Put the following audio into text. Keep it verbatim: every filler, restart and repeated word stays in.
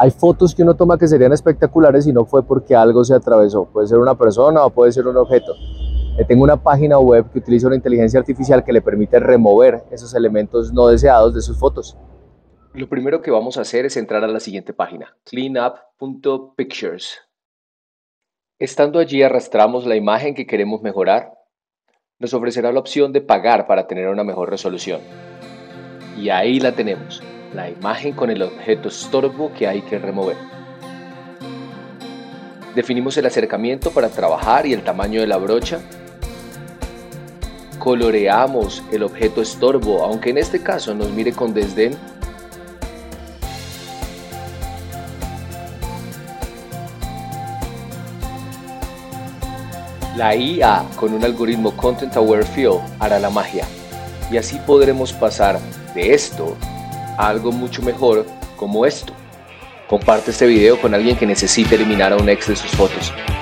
Hay fotos que uno toma que serían espectaculares y no fue porque algo se atravesó. Puede ser una persona o puede ser un objeto. Eh, tengo una página web que utiliza una inteligencia artificial que le permite remover esos elementos no deseados de sus fotos. Lo primero que vamos a hacer es entrar a la siguiente página, cleanup punto pictures. Estando allí arrastramos la imagen que queremos mejorar. Nos ofrecerá la opción de pagar para tener una mejor resolución. Y ahí la tenemos, la imagen con el objeto estorbo que hay que remover. Definimos el acercamiento para trabajar y el tamaño de la brocha. Coloreamos el objeto estorbo, aunque en este caso nos mire con desdén. La I A con un algoritmo Content Aware Fill hará la magia y así podremos pasar de esto a algo mucho mejor como esto. Comparte este video con alguien que necesite eliminar a un ex de sus fotos.